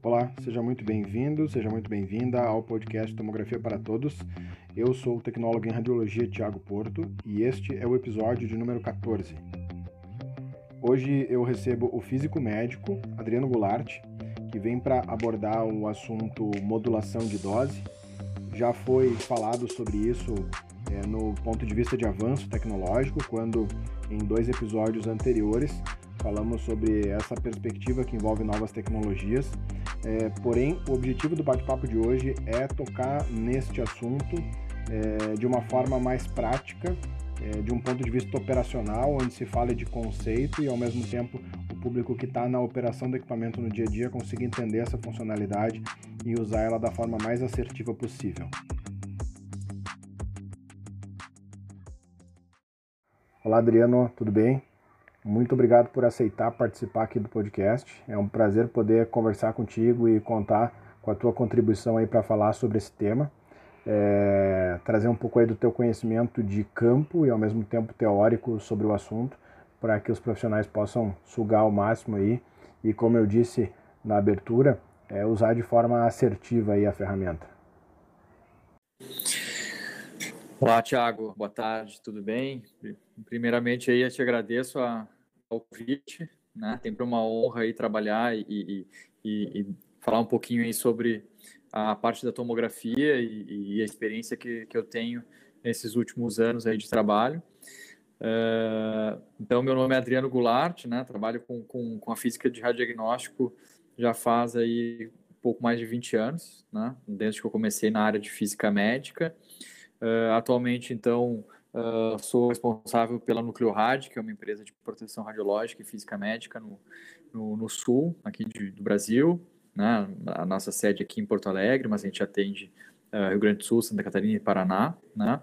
Olá, seja muito bem-vindo, seja muito bem-vinda ao podcast Tomografia para Todos. Eu sou o tecnólogo em radiologia Tiago Porto e este é o episódio de número 14. Hoje eu recebo o físico médico Adriano Goulart, que vem para abordar o assunto modulação de dose. Já foi falado sobre isso no ponto de vista de avanço tecnológico, quando em 2 episódios anteriores falamos sobre essa perspectiva que envolve novas tecnologias. Porém, o objetivo do bate-papo de hoje é tocar neste assunto de uma forma mais prática, de um ponto de vista operacional, onde se fala de conceito e, ao mesmo tempo, o público que está na operação do equipamento no dia a dia consiga entender essa funcionalidade e usar ela da forma mais assertiva possível. Olá, Adriano, tudo bem? Muito obrigado por aceitar participar aqui do podcast. É um prazer poder conversar contigo e contar com a tua contribuição aí para falar sobre esse tema. Trazer um pouco aí do teu conhecimento de campo e ao mesmo tempo teórico sobre o assunto, para que os profissionais possam sugar ao máximo aí e, como eu disse na abertura, usar de forma assertiva aí a ferramenta. Olá, Tiago. Boa tarde, tudo bem? Primeiramente, aí eu te agradeço ao convite, né? Sempre uma honra aí trabalhar e falar um pouquinho aí sobre a parte da tomografia e a experiência que eu tenho nesses últimos anos aí de trabalho. Então, meu nome é Adriano Goulart, né? Trabalho com a física de radiodiagnóstico já faz aí um pouco mais de 20 anos, né? Desde que eu comecei na área de física médica. Atualmente, então, sou responsável pela Nucleorad, que é uma empresa de proteção radiológica e física médica no sul, aqui do Brasil, né? A nossa sede aqui em Porto Alegre, mas a gente atende Rio Grande do Sul, Santa Catarina e Paraná, né?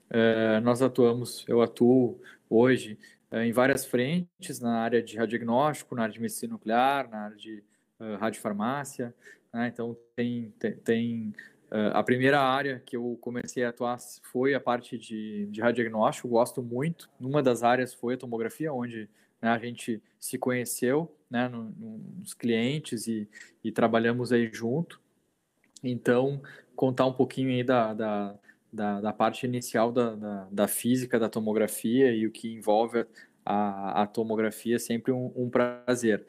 Eu atuo hoje em várias frentes, na área de radiodiagnóstico, na área de medicina nuclear, na área de radiofarmácia, né? Então, tem a primeira área que eu comecei a atuar foi a parte de radiodiagnóstico, gosto muito. Uma das áreas foi a tomografia, onde, né, a gente se conheceu, né, nos clientes e trabalhamos aí junto. Então, contar um pouquinho aí da parte inicial da física da tomografia e o que envolve a tomografia é sempre um prazer.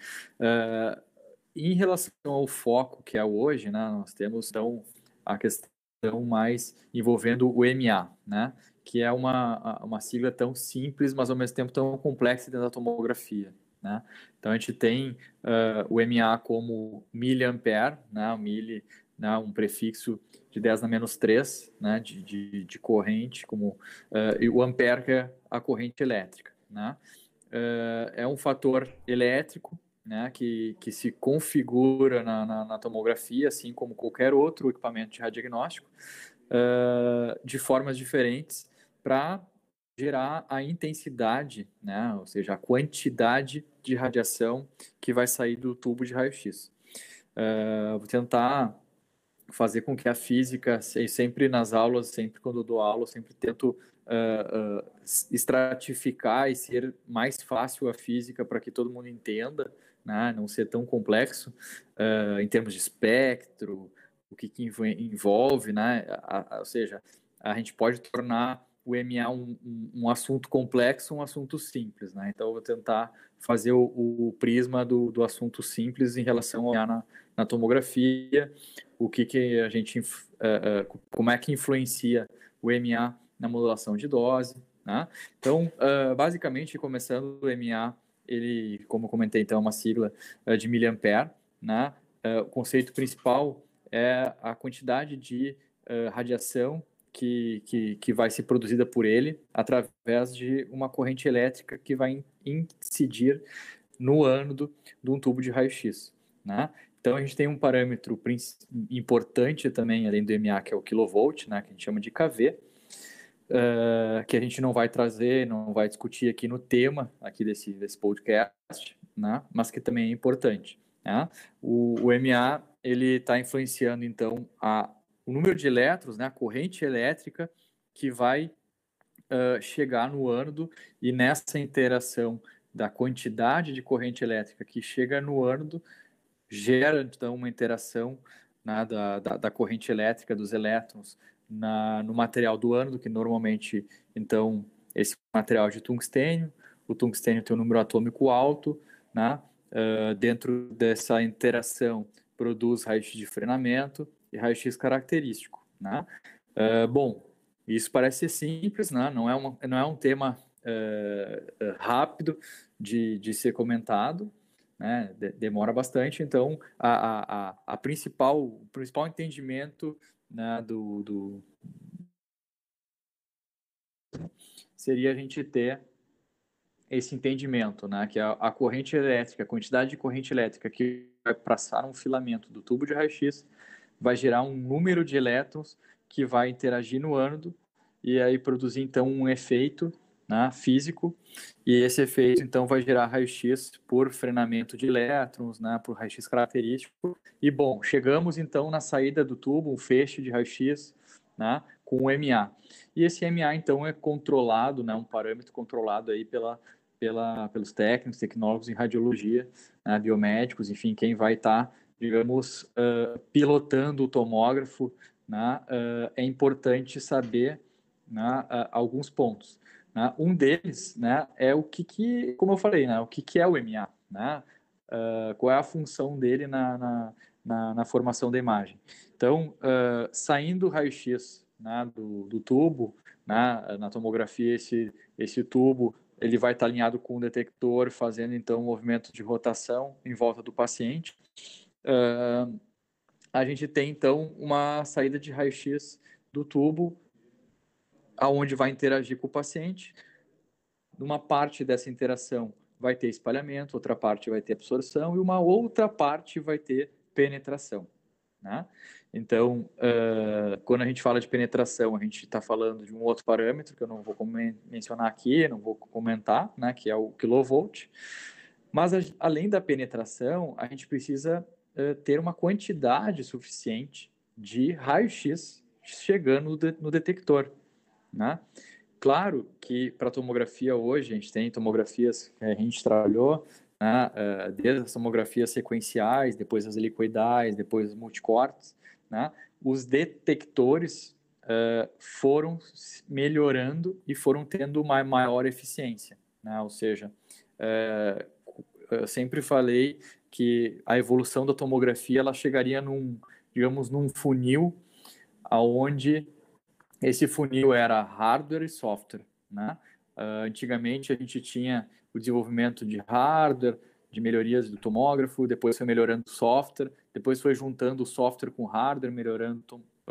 Em relação ao foco que é hoje, né, nós temos então a questão mais envolvendo o EMA, né, que é uma sigla tão simples, mas ao mesmo tempo tão complexa dentro da tomografia, né. Então a gente tem o EMA como miliampere, né, o mili, né, um prefixo de 10 na menos 3, né, de corrente, e o ampere que é a corrente elétrica, né. É um fator elétrico, né, que se configura na tomografia, assim como qualquer outro equipamento de radiodiagnóstico, de formas diferentes para gerar a intensidade, né, ou seja, a quantidade de radiação que vai sair do tubo de raio-x. Vou tentar fazer com que a física, sempre nas aulas, sempre quando eu dou aula, eu sempre tento estratificar e ser mais fácil a física para que todo mundo entenda, né? Não ser tão complexo em termos de espectro, o que envolve, né? Ou seja, a gente pode tornar o EMA um assunto complexo, um assunto simples, né? Então, eu vou tentar fazer o prisma do assunto simples em relação ao EMA na tomografia, o que a gente, como é que influencia o EMA na modulação de dose, né? Então, basicamente, começando o EMA, ele, como eu comentei, então, é uma sigla de miliampere, né? O conceito principal é a quantidade de radiação que vai ser produzida por ele através de uma corrente elétrica que vai incidir no ânodo de um tubo de raio-x, né? Então, a gente tem um parâmetro importante também, além do EMA, que é o kilovolt, né, que a gente chama de kV, que a gente não vai trazer, não vai discutir aqui no tema aqui desse podcast, né, mas que também é importante, né? O EMA, ele está influenciando, então, o número de elétrons, né, a corrente elétrica que vai chegar no ânodo, e nessa interação da quantidade de corrente elétrica que chega no ânodo, gera, então, uma interação, né, da corrente elétrica dos elétrons no material do ânodo, que normalmente, então, esse material é de tungstênio. O tungstênio tem um número atômico alto, né? Dentro dessa interação, produz raio-x de frenamento e raio-x característico, né? Bom, isso parece ser simples, né? Não é um tema rápido de ser comentado, né? Demora bastante. Então, o principal entendimento, né, seria a gente ter esse entendimento, né, que a corrente elétrica, a quantidade de corrente elétrica que vai passar um filamento do tubo de raio-x vai gerar um número de elétrons que vai interagir no ânodo e aí produzir então um efeito, né, físico, e esse efeito então vai gerar raio-x por frenamento de elétrons, né, por raio-x característico. E bom, chegamos então na saída do tubo, um feixe de raio-x, né, com o MA. E esse MA então é controlado, né, um parâmetro controlado aí pelos técnicos, tecnólogos em radiologia, né, biomédicos, enfim, quem vai estar, digamos, pilotando o tomógrafo, né, é importante saber, né, alguns pontos. Né? Um deles, né, é como eu falei, né, o que é o MA, né? Qual é a função dele na formação da imagem. Então, saindo o raio-x, né, do tubo, né, na tomografia, esse tubo ele vai estar alinhado com o detector, fazendo então um movimento de rotação em volta do paciente. A gente tem então uma saída de raio-x do tubo, aonde vai interagir com o paciente. Numa parte dessa interação vai ter espalhamento, outra parte vai ter absorção e uma outra parte vai ter penetração. Né? Então, quando a gente fala de penetração, a gente está falando de um outro parâmetro que eu não vou mencionar aqui, não vou comentar, né, que é o kilovolt. Mas, além da penetração, a gente precisa ter uma quantidade suficiente de raio-x chegando no detector. Né? Claro que para tomografia hoje, a gente tem tomografias que a gente trabalhou, né, desde as tomografias sequenciais, depois as helicoidais, depois as multicortes, né, os detectores foram melhorando e foram tendo uma maior eficiência. Né? Ou seja, eu sempre falei que a evolução da tomografia ela chegaria digamos, num funil aonde esse funil era hardware e software, né? Antigamente a gente tinha o desenvolvimento de hardware, de melhorias do tomógrafo, depois foi melhorando o software, depois foi juntando o software com hardware, melhorando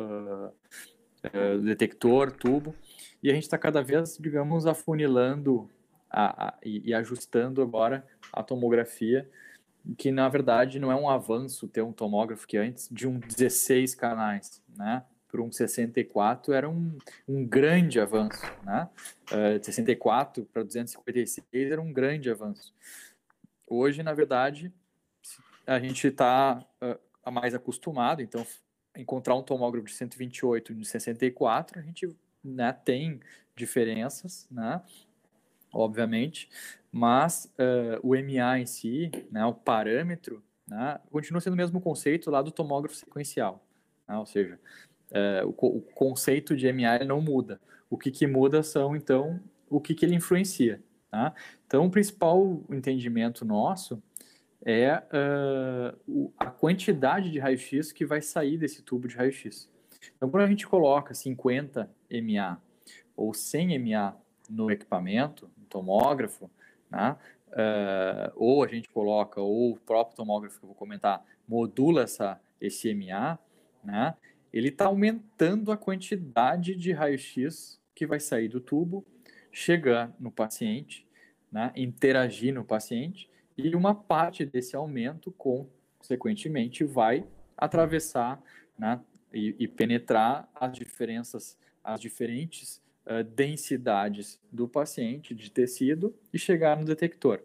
o detector, tubo, e a gente está cada vez, digamos, afunilando e ajustando agora a tomografia, que na verdade não é um avanço ter um tomógrafo que antes de 16 canais, né? Para um 64 era um grande avanço, né? 64 para 256 era um grande avanço. Hoje, na verdade, a gente está mais acostumado, então encontrar um tomógrafo de 128 e de 64, a gente, né, tem diferenças, né? Obviamente, mas o MA em si, né, o parâmetro, né, continua sendo o mesmo conceito lá do tomógrafo sequencial, né? Ou seja, o conceito de MA ele não muda. O que muda são, então, o que ele influencia. Tá? Então, o principal entendimento nosso é a quantidade de raio-x que vai sair desse tubo de raio-x. Então, quando a gente coloca 50 MA ou 100 MA no equipamento, no tomógrafo, né? Ou a gente coloca, ou o próprio tomógrafo que eu vou comentar, modula esse MA, né? Ele está aumentando a quantidade de raio-x que vai sair do tubo, chegar no paciente, né? Interagir no paciente, e uma parte desse aumento, consequentemente, vai atravessar, né? e penetrar as diferentes densidades do paciente de tecido e chegar no detector.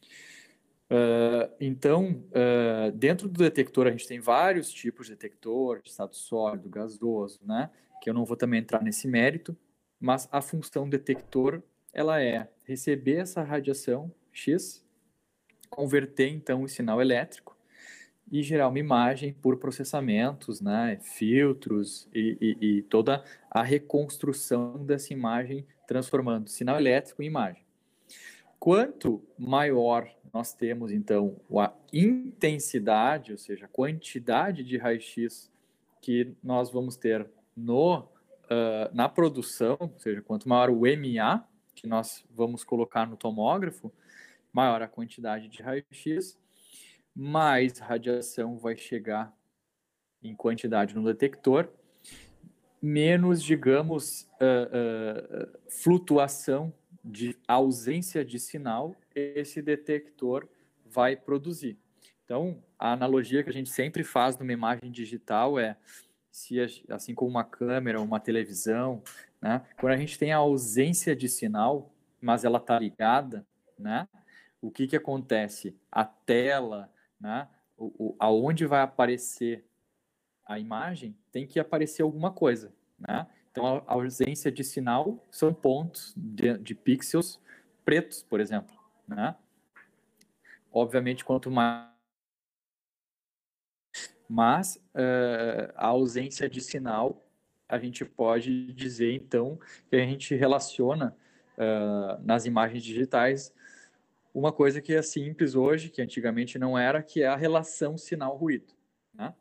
Então, dentro do detector, a gente tem vários tipos de detector, de estado sólido, gasoso, né? Que eu não vou também entrar nesse mérito, mas a função do detector, ela é receber essa radiação X, converter, então, em sinal elétrico e gerar uma imagem por processamentos, né, filtros e toda a reconstrução dessa imagem, transformando sinal elétrico em imagem. Quanto maior nós temos, então, a intensidade, ou seja, a quantidade de raio-x que nós vamos ter na produção, ou seja, quanto maior o MA que nós vamos colocar no tomógrafo, maior a quantidade de raio-x, mais radiação vai chegar em quantidade no detector, menos, digamos, flutuação de ausência de sinal esse detector vai produzir. Então, a analogia que a gente sempre faz numa imagem digital é, assim como uma câmera, uma televisão, né, quando a gente tem a ausência de sinal, mas ela está ligada, né, o que acontece? A tela, né, aonde vai aparecer a imagem, tem que aparecer alguma coisa, né? Então, a ausência de sinal são pontos de pixels pretos, por exemplo, né? Obviamente, quanto mais... Mas a ausência de sinal, a gente pode dizer, então, que a gente relaciona nas imagens digitais uma coisa que é simples hoje, que antigamente não era, que é a relação sinal-ruído, né?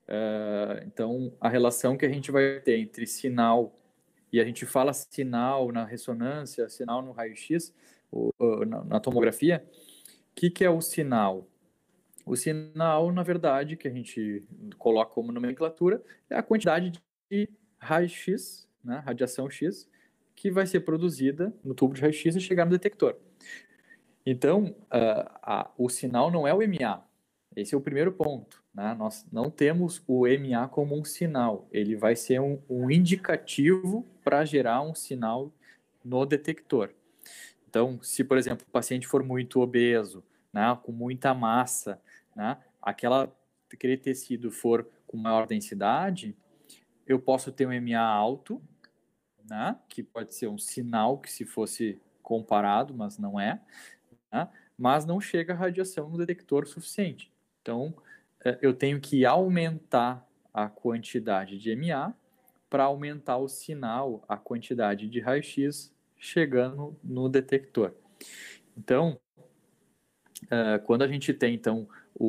Então, a relação que a gente vai ter entre sinal, e a gente fala sinal na ressonância, sinal no raio-x, na tomografia, o que é o sinal? O sinal, na verdade, que a gente coloca como nomenclatura, é a quantidade de raio-x, né, radiação X, que vai ser produzida no tubo de raio-x e chegar no detector. Então, o sinal não é o MA. Esse é o primeiro ponto, né? Nós não temos o MA como um sinal. Ele vai ser um indicativo para gerar um sinal no detector. Então, se, por exemplo, o paciente for muito obeso, né, com muita massa, né, aquele tecido for com maior densidade, eu posso ter um MA alto, né, que pode ser um sinal que se fosse comparado, mas não é, né, mas não chega a radiação no detector suficiente. Então, eu tenho que aumentar a quantidade de MA para aumentar o sinal, a quantidade de raio-x chegando no detector. Então, quando a gente tem, então,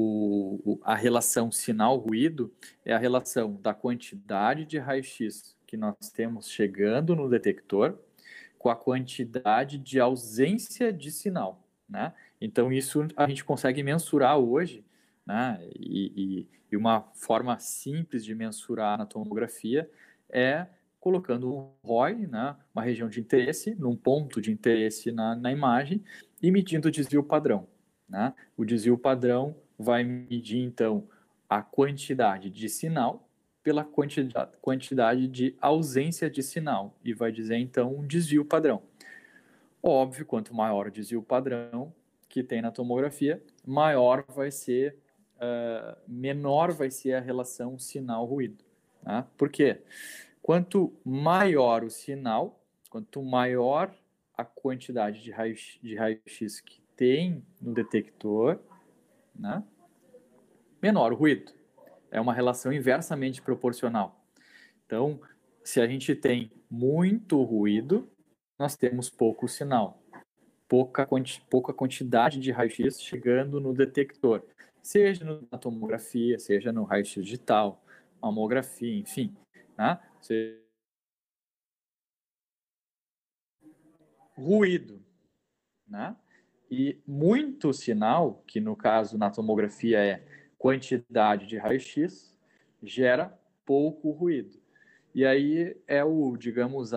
a relação sinal-ruído, é a relação da quantidade de raio-x que nós temos chegando no detector com a quantidade de ausência de sinal, né? Então, isso a gente consegue mensurar hoje, né? E uma forma simples de mensurar na tomografia é colocando um ROI, né? Uma região de interesse, num ponto de interesse na imagem, e medindo o desvio padrão, né? O desvio padrão vai medir, então, a quantidade de sinal pela quantidade de ausência de sinal e vai dizer, então, um desvio padrão. Óbvio, quanto maior o desvio padrão que tem na tomografia, menor vai ser a relação sinal-ruído. Tá? Por quê? Quanto maior o sinal, quanto maior a quantidade de raio-x que tem no detector, né, menor o ruído. É uma relação inversamente proporcional. Então, se a gente tem muito ruído, nós temos pouco sinal, pouca quantidade de raio-x chegando no detector, seja na tomografia, seja no raio-x digital, mamografia, enfim, né? Ruído, né? E muito sinal, que no caso na tomografia é quantidade de raio-x, gera pouco ruído. E aí é digamos,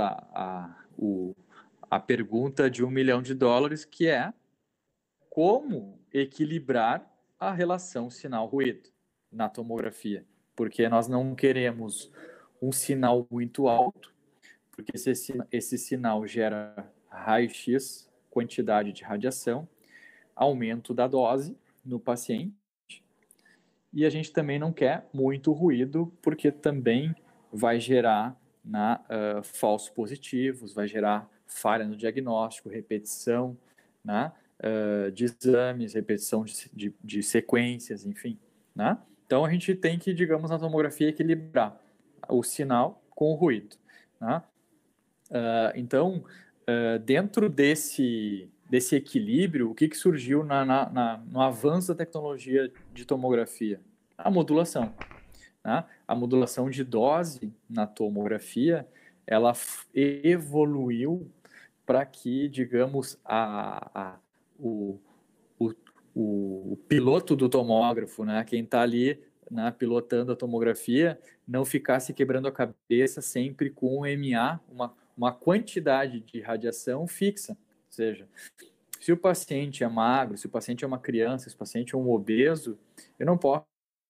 a pergunta de $1 milhão, que é como equilibrar a relação sinal-ruído na tomografia. Porque nós não queremos um sinal muito alto, porque esse sinal gera raio-x, quantidade de radiação, aumento da dose no paciente, e a gente também não quer muito ruído, porque também vai gerar falsos positivos, vai gerar falha no diagnóstico, repetição de exames, repetição de sequências, enfim. Né? Então, a gente tem que, digamos, na tomografia, equilibrar o sinal com o ruído, né? Então, dentro desse equilíbrio, o que surgiu no avanço da tecnologia de tomografia? A modulação. Né? A modulação de dose na tomografia, ela evoluiu para que, digamos, o, o, o piloto do tomógrafo, né, quem está ali, né, pilotando a tomografia, não ficasse quebrando a cabeça sempre com um MA, uma quantidade de radiação fixa. Ou seja, se o paciente é magro, se o paciente é uma criança, se o paciente é um obeso, eu não posso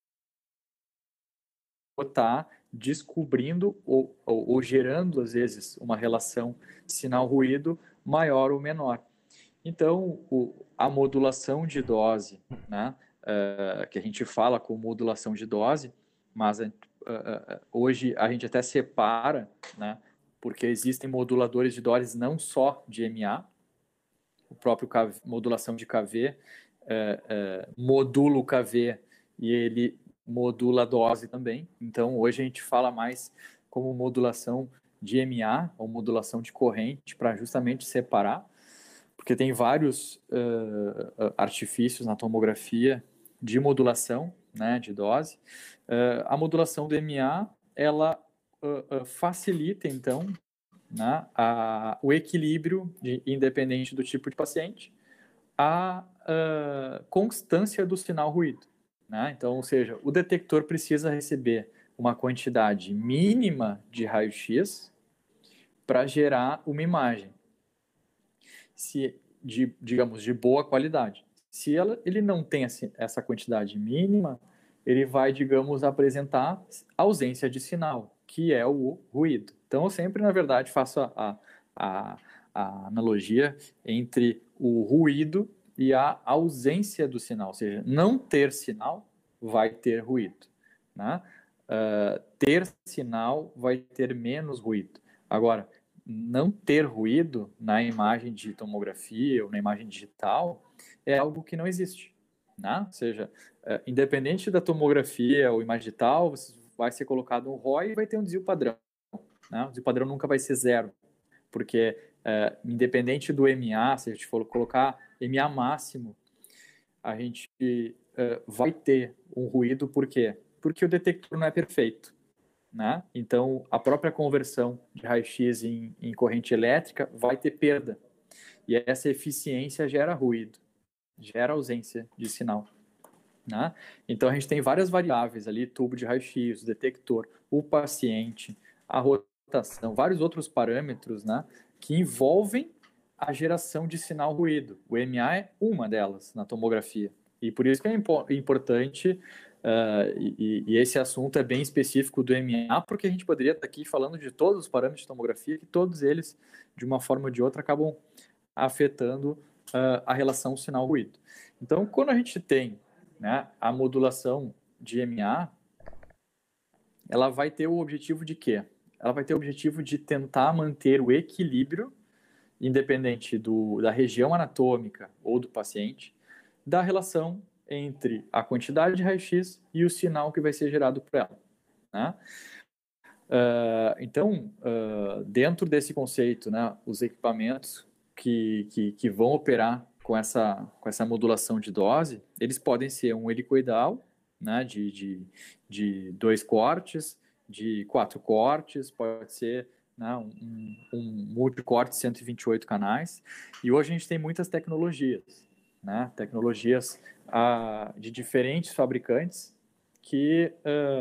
estar descobrindo ou gerando, às vezes, uma relação sinal-ruído maior ou menor. Então, a modulação de dose, né, que a gente fala com modulação de dose, mas hoje a gente até separa, né, porque existem moduladores de doses não só de MA, o próprio modulação de KV modula o KV e ele modula a dose também. Então, hoje a gente fala mais como modulação de MA, ou modulação de corrente, para justamente separar, porque tem vários artifícios na tomografia de modulação, né, de dose. A modulação do MA, ela facilita, então, né, o equilíbrio, independente do tipo de paciente, a constância do sinal ruído. Né? Então, ou seja, o detector precisa receber uma quantidade mínima de raio-x para gerar uma imagem, digamos, de boa qualidade. Se ele não tem essa quantidade mínima, ele vai, digamos, apresentar ausência de sinal, que é o ruído. Então, eu sempre, na verdade, faço a analogia entre o ruído e a ausência do sinal, ou seja, não ter sinal vai ter ruído, né? Ter sinal vai ter menos ruído. Agora, não ter ruído na imagem de tomografia ou na imagem digital é algo que não existe, né? Ou seja, independente da tomografia ou imagem digital, vai ser colocado um ROI e vai ter um desvio padrão, né? O desvio padrão nunca vai ser zero, porque independente do MA, se a gente for colocar MA máximo, a gente vai ter um ruído, por quê? Porque o detector não é perfeito, né? Então, a própria conversão de raio-x em corrente elétrica vai ter perda, e essa eficiência gera ruído, gera ausência de sinal. Né? Então, a gente tem várias variáveis ali, tubo de raio-x, o detector, o paciente, a rotação, vários outros parâmetros, né, que envolvem a geração de sinal-ruído. O MA é uma delas na tomografia. E por isso que é importante, e esse assunto é bem específico do MA, porque a gente poderia estar aqui falando de todos os parâmetros de tomografia, que todos eles, de uma forma ou de outra, acabam afetando a relação sinal-ruído. Então, quando a gente tem, né, a modulação de MA, ela vai ter o objetivo de quê? Ela vai ter o objetivo de tentar manter o equilíbrio, independente da região anatômica ou do paciente, da relação entre a quantidade de raio-x e o sinal que vai ser gerado por ela. Né? Então, dentro desse conceito, né, os equipamentos que vão operar com essa modulação de dose, eles podem ser um helicoidal, né, de 2 cortes, de 4 cortes, pode ser, né, um multicorte 128 canais. E hoje a gente tem muitas tecnologias, né, tecnologias de diferentes fabricantes que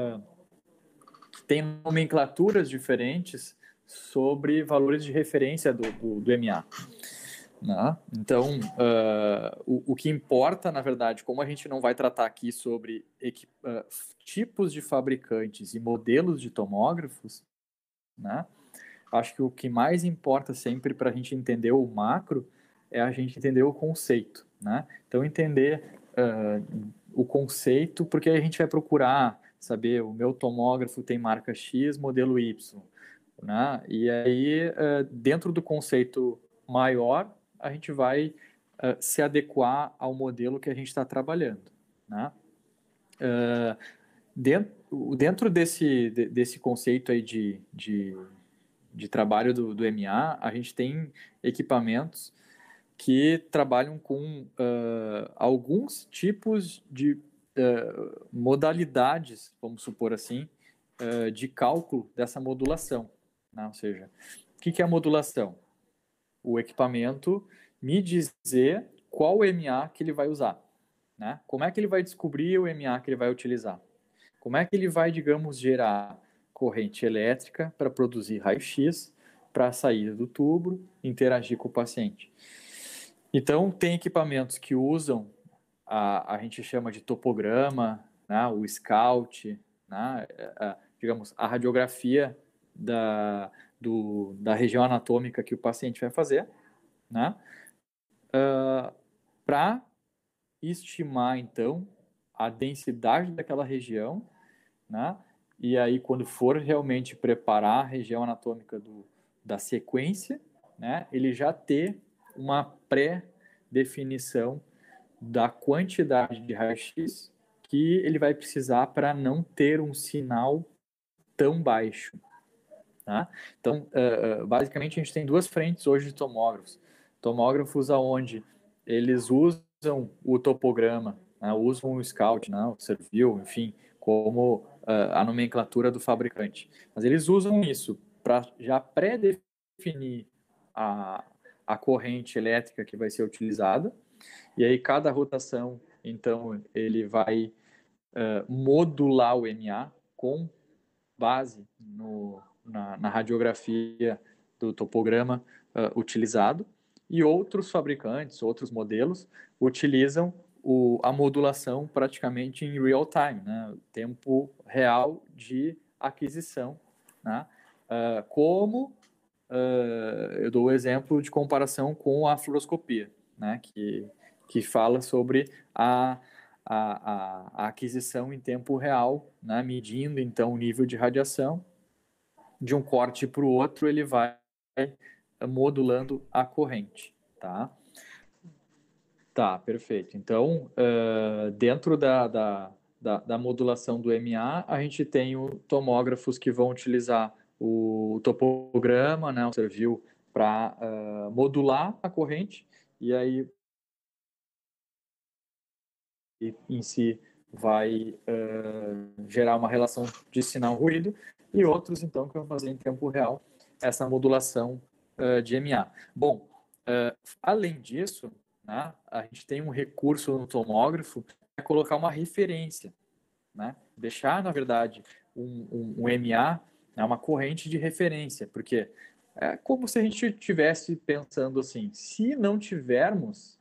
têm nomenclaturas diferentes sobre valores de referência do MA. Né? Então, o que importa, na verdade, como a gente não vai tratar aqui sobre tipos de fabricantes e modelos de tomógrafos, né? Acho que o que mais importa sempre para a gente entender o macro é a gente entender o conceito. Né? Então, entender o conceito, porque a gente vai procurar saber, o meu tomógrafo tem marca X, modelo Y. Né? E aí, dentro do conceito maior, a gente vai se adequar ao modelo que a gente está trabalhando. Né? Dentro desse conceito aí de trabalho do MA, a gente tem equipamentos que trabalham com alguns tipos de modalidades, vamos supor assim, de cálculo dessa modulação, né? Ou seja, o que é a modulação? O equipamento me dizer qual MA que ele vai usar, né? Como é que ele vai descobrir o MA que ele vai utilizar? Como é que ele vai, digamos, gerar corrente elétrica para produzir raio-x, para a saída do tubo, interagir com o paciente? Então, tem equipamentos que usam, a gente chama de topograma, né, o scout, né, digamos, a radiografia da região anatômica que o paciente vai fazer, né, para estimar, então, a densidade daquela região, né, e aí, quando for realmente preparar a região anatômica da sequência, né, ele já ter uma pré-definição da quantidade de raio-x que ele vai precisar para não ter um sinal tão baixo. Tá? Então, basicamente, a gente tem duas frentes hoje de tomógrafos. Tomógrafos onde eles usam o topograma, né, usam o Scout, né, o Servil, enfim, como a nomenclatura do fabricante. Mas eles usam isso para já pré-definir a corrente elétrica que vai ser utilizada, e aí cada rotação, então, ele vai modular o MA com base na radiografia do topograma utilizado, e outros fabricantes, outros modelos, utilizam a modulação praticamente em real time, né? Tempo real de aquisição, né? Eu dou o exemplo de comparação com a fluoroscopia, né? Que fala sobre a aquisição em tempo real, né? Medindo então o nível de radiação de um corte para o outro, ele vai modulando a corrente, tá? Tá, perfeito. Então, dentro da modulação do MA, a gente tem tomógrafos que vão utilizar o topograma, né, o Servil, para modular a corrente, e aí em si vai gerar uma relação de sinal-ruído, e outros, então, que vão fazer em tempo real essa modulação de MA. Bom, além disso, né, a gente tem um recurso no tomógrafo para colocar uma referência, né? Deixar, na verdade, um MA, né, uma corrente de referência, porque é como se a gente estivesse pensando assim, se não tivermos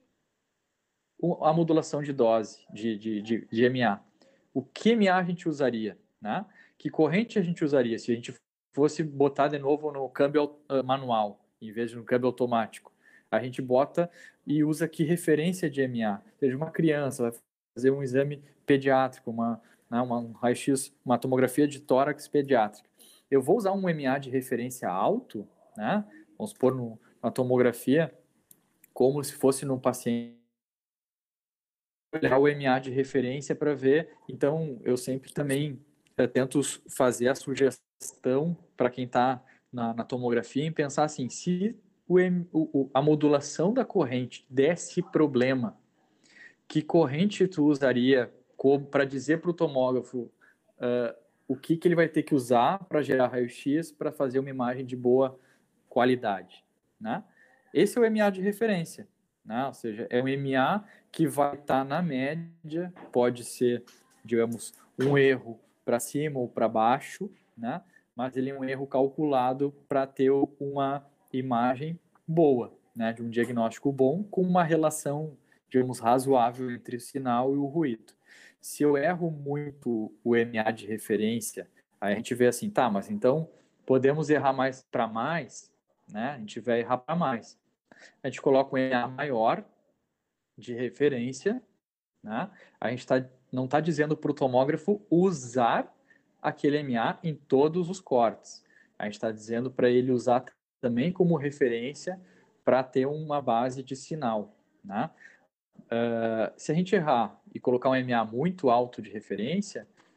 a modulação de dose de MA, o que MA a gente usaria, né? Que corrente a gente usaria se a gente fosse botar de novo no câmbio manual, em vez de no câmbio automático? A gente bota e usa que referência de MA? Seja uma criança, vai fazer um exame pediátrico, um raio-x, uma tomografia de tórax pediátrica. Eu vou usar um MA de referência alto, né? Vamos supor na tomografia, como se fosse no paciente, olhar o MA de referência para ver. Então, eu sempre também tento fazer a sugestão para quem está na tomografia e pensar assim, se a modulação da corrente desse problema, que corrente tu usaria para dizer para o tomógrafo o que ele vai ter que usar para gerar raio-x para fazer uma imagem de boa qualidade, né? Esse é o MA de referência, né? Ou seja, é um MA que vai estar na média, pode ser, digamos, um erro para cima ou para baixo, né? Mas ele é um erro calculado para ter uma imagem boa, né? De um diagnóstico bom com uma relação, digamos, razoável entre o sinal e o ruído. Se eu erro muito o MA de referência, aí a gente vê assim, tá, mas então podemos errar mais para mais, né? A gente vai errar para mais. A gente coloca um MA maior de referência, né? A gente não está dizendo para o tomógrafo usar aquele MA em todos os cortes. A gente está dizendo para ele usar também como referência para ter uma base de sinal, né? Se a gente errar e colocar um MA muito alto de referência,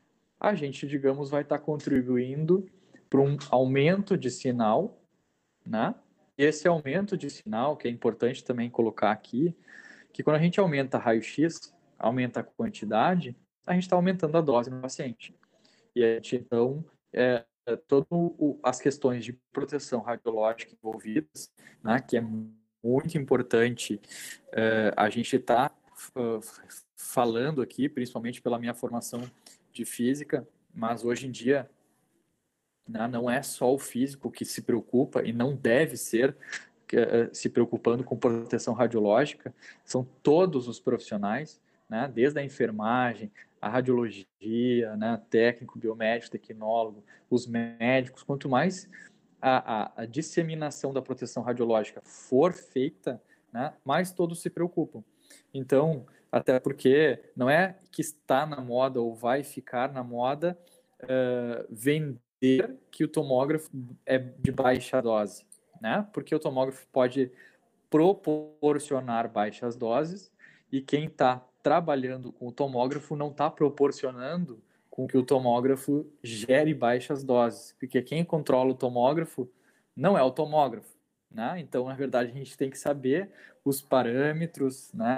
a gente, digamos, vai estar contribuindo para um aumento de sinal, né? E esse aumento de sinal, que é importante também colocar aqui, que quando a gente aumenta raio-x, aumenta a quantidade, a gente está aumentando a dose no paciente. E a gente, então, todas as questões de proteção radiológica envolvidas, né, que é muito importante a gente estar falando aqui, principalmente pela minha formação de física, mas hoje em dia, né, não é só o físico que se preocupa e não deve ser se preocupando com proteção radiológica, são todos os profissionais, né, desde a enfermagem, a radiologia, né, técnico, biomédico, tecnólogo, os médicos. Quanto mais a disseminação da proteção radiológica for feita, né, mais todos se preocupam. Então, até porque não é que está na moda ou vai ficar na moda vender que o tomógrafo é de baixa dose, né? Porque o tomógrafo pode proporcionar baixas doses e quem está trabalhando com o tomógrafo não está proporcionando com que o tomógrafo gere baixas doses, porque quem controla o tomógrafo não é o tomógrafo, né? Então, na verdade, a gente tem que saber os parâmetros, né?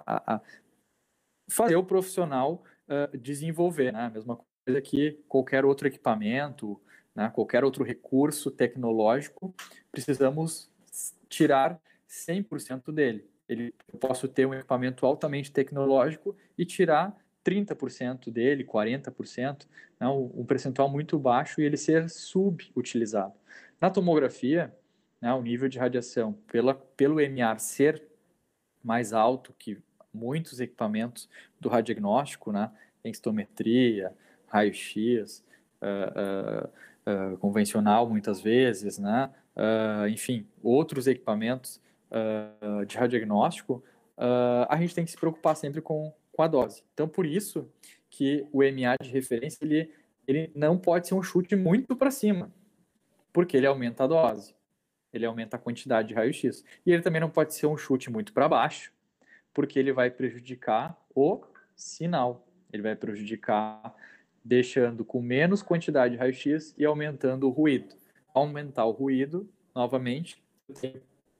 Fazer o profissional desenvolver, né? A mesma coisa que qualquer outro equipamento, né? Qualquer outro recurso tecnológico, precisamos tirar 100% dele. Eu posso ter um equipamento altamente tecnológico e tirar 30% dele, 40%, né? Um percentual muito baixo e ele ser subutilizado. Na tomografia, né? O nível de radiação pelo MR ser mais alto que muitos equipamentos do radiodiagnóstico, né? Densitometria, raio-x, convencional muitas vezes, né? Enfim, outros equipamentos de radiodiagnóstico, a gente tem que se preocupar sempre com a dose. Então, por isso que o MA de referência, ele não pode ser um chute muito para cima, porque ele aumenta a dose, ele aumenta a quantidade de raio-x. E ele também não pode ser um chute muito para baixo, porque ele vai prejudicar o sinal. Ele vai prejudicar deixando com menos quantidade de raio-x e aumentando o ruído. Aumentar o ruído, novamente, tem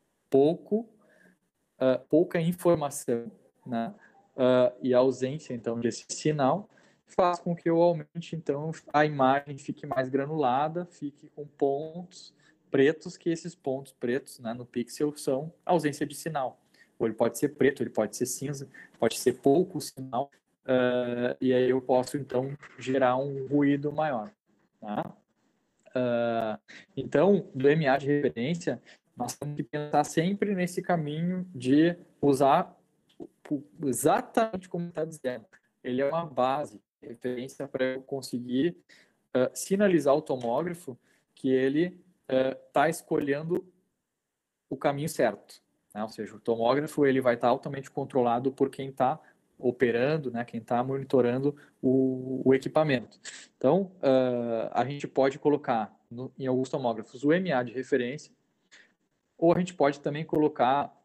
pouca informação, né? E a ausência, então, desse sinal faz com que eu aumente, então, a imagem fique mais granulada, fique com pontos pretos, que esses pontos pretos, né, no pixel são ausência de sinal. Ou ele pode ser preto, ele pode ser cinza, pode ser pouco sinal, e aí eu posso, então, gerar um ruído maior. Tá? Então, do MA de referência, nós temos que pensar sempre nesse caminho de usar exatamente como está dizendo. Ele é uma base, referência para eu conseguir sinalizar ao tomógrafo que ele está escolhendo o caminho certo. Né? Ou seja, o tomógrafo ele vai estar altamente controlado por quem está operando, né, quem está monitorando o equipamento. Então, a gente pode colocar em alguns tomógrafos o MA de referência, ou a gente pode também colocar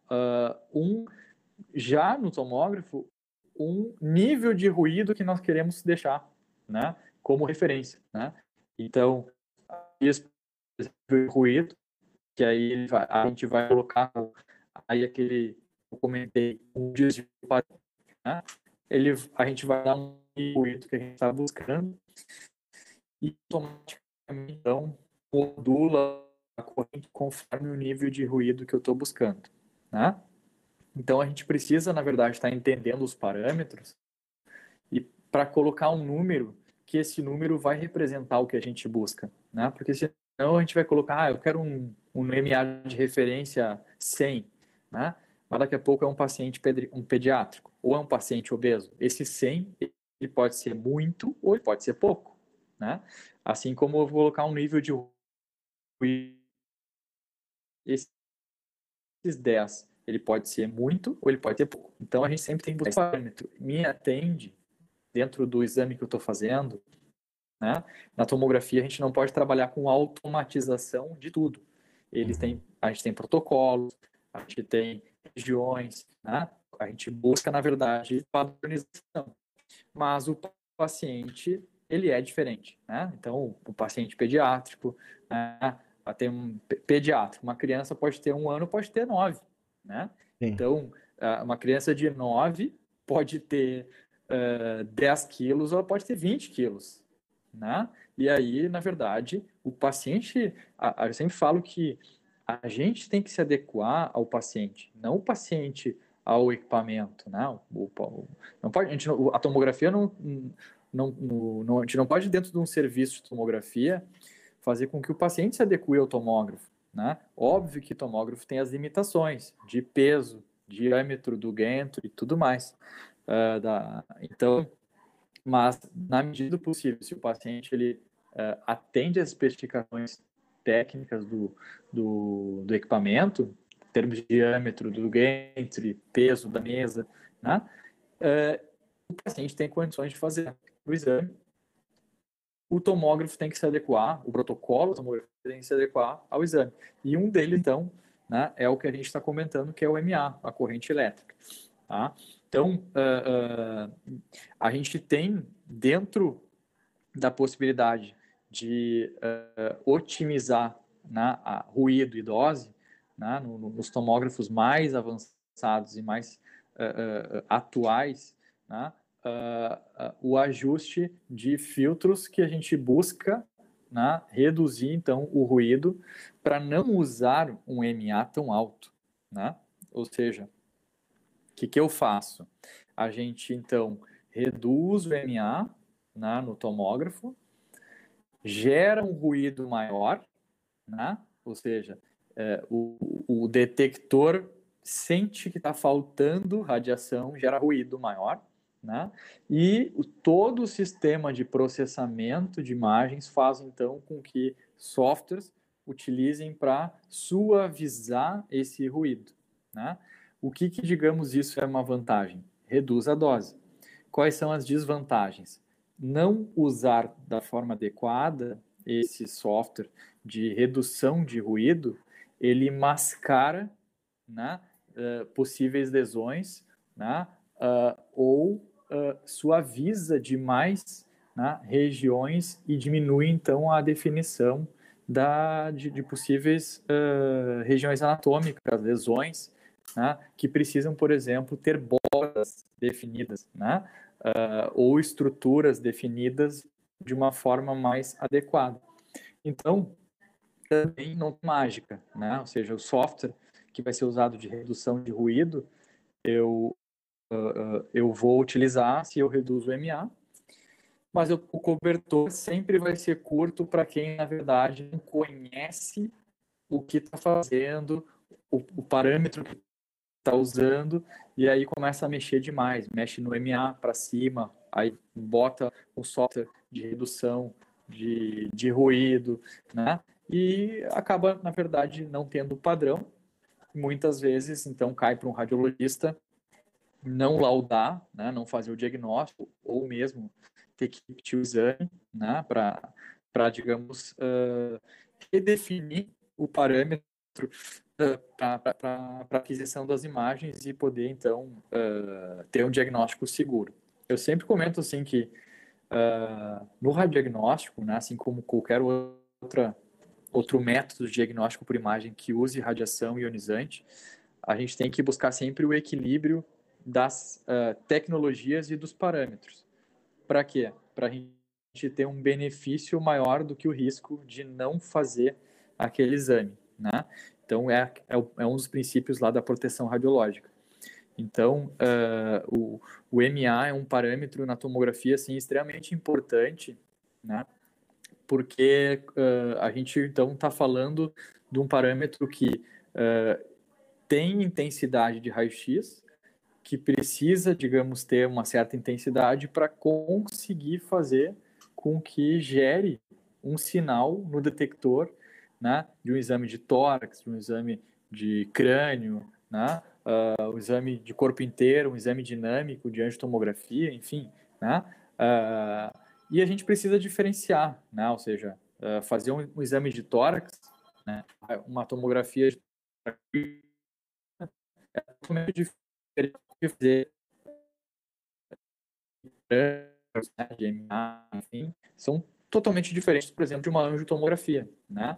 já no tomógrafo um nível de ruído que nós queremos deixar, né, como referência, né? Então, esse ruído que aí a gente vai colocar aí aquele eu comentei um desvio padrão, né? A gente vai dar um ruído que a gente está buscando e automaticamente então modula a corrente conforme o nível de ruído que eu estou buscando, né? Então a gente precisa, na verdade, estar entendendo os parâmetros e para colocar um número que esse número vai representar o que a gente busca, né? Porque senão a gente vai colocar, eu quero um MA de referência 100, né? Mas daqui a pouco é um paciente um pediátrico ou é um paciente obeso. Esse 100 ele pode ser muito ou ele pode ser pouco, né? Assim como eu vou colocar um nível de ruído, esses 10 ele pode ser muito ou ele pode ser pouco. Então a gente sempre tem que buscar esse parâmetro. Me atende dentro do exame que eu estou fazendo, né? Na tomografia a gente não pode trabalhar com automatização de tudo. A gente tem protocolos, a gente tem regiões, né? A gente busca, na verdade, padronização. Mas o paciente ele é diferente, né? Então, o paciente pediátrico, né? Tem um pediátrico, uma criança pode ter 1 ano, pode ter 9, né? Sim. Então, uma criança de 9 pode ter 10 quilos ou pode ter 20 quilos, né? E aí, na verdade, o paciente, eu sempre falo que a gente tem que se adequar ao paciente, não o paciente ao equipamento, né? Não pode, a tomografia a gente não pode, dentro de um serviço de tomografia, fazer com que o paciente se adeque ao tomógrafo, né? Óbvio que o tomógrafo tem as limitações de peso, diâmetro do gantry e tudo mais. Então, mas na medida do possível, se o paciente ele atende às especificações técnicas do equipamento, em termos de diâmetro do gantry, peso da mesa, né? O paciente tem condições de fazer o exame. O tomógrafo tem que se adequar, o protocolo tomográfico tem que se adequar ao exame. E um deles, então, né, é o que a gente está comentando, que é o MA, a corrente elétrica. Tá? Então, a gente tem, dentro da possibilidade de otimizar, né, ruído e dose, né, nos tomógrafos mais avançados e mais atuais, né, o ajuste de filtros que a gente busca, né, reduzir então o ruído para não usar um MA tão alto, né? Ou seja, o que eu faço? A gente então reduz o MA, né, no tomógrafo, gera um ruído maior, né? Ou seja, o detector sente que está faltando radiação, gera ruído maior, né? E todo o sistema de processamento de imagens faz então com que softwares utilizem para suavizar esse ruído, né? O que digamos, isso é uma vantagem? Reduz a dose. Quais são as desvantagens? Não usar da forma adequada esse software de redução de ruído, ele mascara, né, possíveis lesões, né, ou suaviza demais, né, regiões e diminui então a definição de possíveis regiões anatômicas, lesões, né, que precisam, por exemplo, ter bordas definidas, né, ou estruturas definidas de uma forma mais adequada. Então, também não tem mágica, né? Ou seja, o software que vai ser usado de redução de ruído, eu vou utilizar se eu reduzo o MA, mas o cobertor sempre vai ser curto para quem, na verdade, não conhece o que está fazendo, o parâmetro que está usando, e aí começa a mexer demais, mexe no MA para cima, aí bota um software de redução de ruído, né? E acaba, na verdade, não tendo padrão. Muitas vezes, então, cai para um radiologista não laudar, né? Não fazer o diagnóstico, ou mesmo ter que repetir o exame, né? Para digamos, redefinir o parâmetro para aquisição das imagens e poder, então, ter um diagnóstico seguro. Eu sempre comento, assim, que no radiodiagnóstico, né, assim como qualquer outro método de diagnóstico por imagem que use radiação ionizante, a gente tem que buscar sempre o equilíbrio das tecnologias e dos parâmetros. Para quê? Para a gente ter um benefício maior do que o risco de não fazer aquele exame, né? Então, é um dos princípios lá da proteção radiológica. Então, o MA é um parâmetro na tomografia, assim, extremamente importante, né? Porque a gente, então, está falando de um parâmetro que tem intensidade de raio-x, que precisa, digamos, ter uma certa intensidade para conseguir fazer com que gere um sinal no detector, né, de um exame de tórax, de um exame de crânio, né, um exame de corpo inteiro, um exame dinâmico de angiotomografia, enfim, né, e a gente precisa diferenciar, né, ou seja, fazer um exame de tórax, né, uma tomografia é totalmente diferente de fazer né, de EMA, enfim, são totalmente diferentes, por exemplo, de uma angiotomografia, né?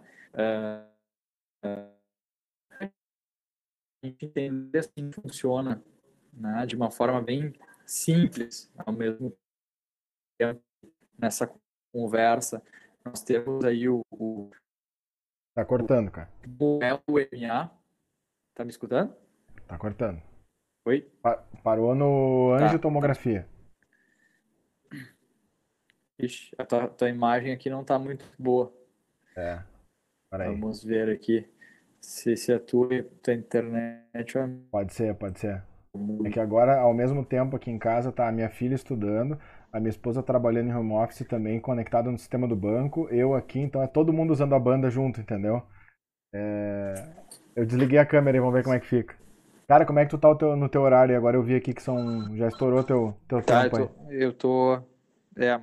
A gente entender assim funciona, né, de uma forma bem simples, ao mesmo tempo, nessa conversa, nós temos aí Tá cortando, cara. o EMA, tá me escutando? Tá cortando. Oi? Parou no Tá. angiotomografia. Ixi, a tua imagem aqui não tá muito boa. É, peraí. Vamos ver aqui se a tua internet vai... Pode ser, pode ser. É que agora, ao mesmo tempo, aqui em casa tá a minha filha estudando, a minha esposa trabalhando em home office também, conectada no sistema do banco, eu aqui, então é todo mundo usando a banda junto, entendeu? Eu desliguei a câmera e vamos ver como é que fica. Cara, como é que tu tá no teu horário? Agora eu vi aqui que já estourou teu Tá, tempo aí. é,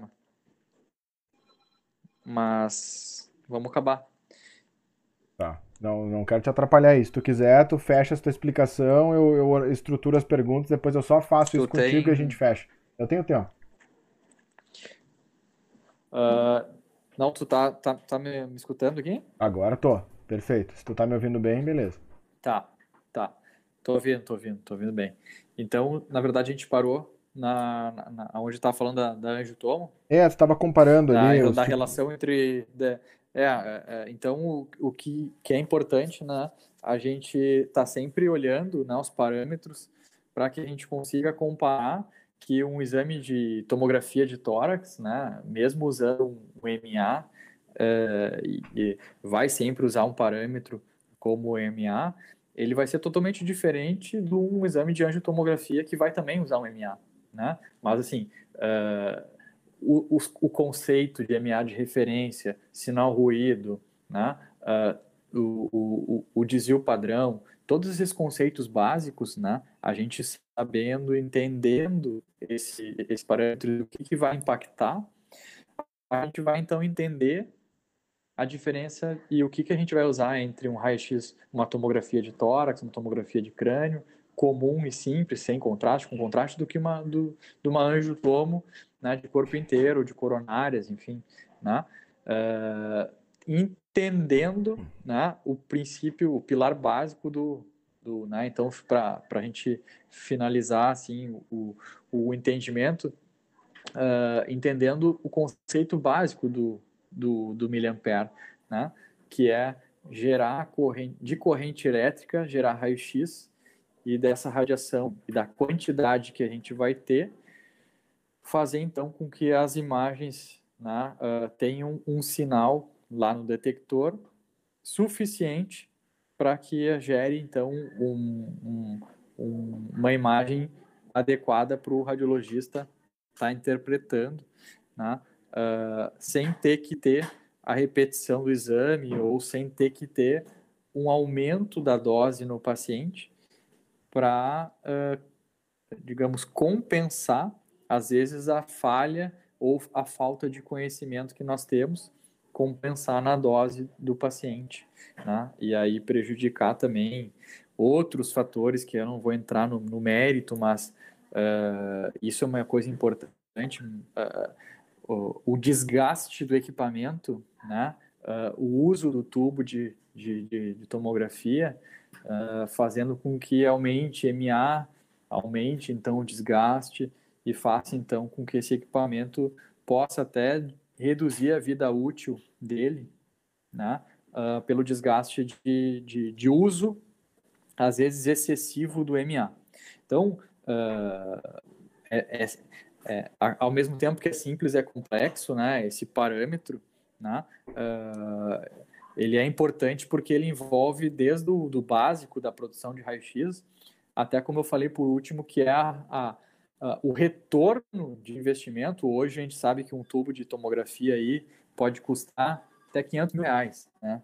mas vamos acabar. Tá. Não, não quero te atrapalhar aí. Se tu quiser, tu fecha essa tua explicação, eu estruturo as perguntas, depois eu só faço Tu isso contigo e a tem... gente fecha. Eu tenho tempo. Não, tu tá me escutando aqui? Agora tô. Perfeito. Se tu tá me ouvindo bem, beleza. Tá, tá. Tô ouvindo bem. Então, na verdade, a gente parou onde estava falando da Angiotomo, É, tu tava comparando ali da relação entre... então, que é importante, né, a gente tá sempre olhando, né, os parâmetros para que a gente consiga comparar que um exame de tomografia de tórax, né, mesmo usando um EMA, e vai sempre usar um parâmetro como o EMA, ele vai ser totalmente diferente de um exame de angiotomografia que vai também usar um EMA, né? Mas assim, o conceito de EMA de referência, sinal ruído, né? O desvio padrão, todos esses conceitos básicos, né? A gente sabendo, entendendo esse parâmetro, o que vai impactar, a gente vai então entender a diferença e o que a gente vai usar entre um raio-x, uma tomografia de tórax, uma tomografia de crânio, comum e simples, sem contraste, com contraste, do que de uma angiotomo, né, de corpo inteiro, de coronárias, enfim, né? Entendendo, né, o princípio, o pilar básico né, então, para a gente finalizar, assim, o entendimento, entendendo o conceito básico do miliampere, né? Que é gerar corrente elétrica, gerar raio-x, e dessa radiação e da quantidade que a gente vai ter, fazer então com que as imagens, né, tenham um sinal lá no detector suficiente para que gere então uma imagem adequada para o radiologista estar interpretando, né? Sem ter que ter a repetição do exame ou sem ter que ter um aumento da dose no paciente para, digamos, compensar, às vezes, a falha ou a falta de conhecimento que nós temos, compensar na dose do paciente, né? E aí prejudicar também outros fatores que eu não vou entrar no mérito, mas isso é uma coisa importante. O desgaste do equipamento, né? O uso do tubo de tomografia, fazendo com que aumente MA, aumente então o desgaste e faça então com que esse equipamento possa até reduzir a vida útil dele, né? Pelo desgaste de uso, às vezes excessivo do MA. Então, é, é, ao mesmo tempo que é simples, é complexo, né? Esse parâmetro, né? Ele é importante porque ele envolve desde o do básico da produção de raio-x até, como eu falei por último, que é o retorno de investimento. Hoje a gente sabe que um tubo de tomografia aí pode custar até R$ 500, né?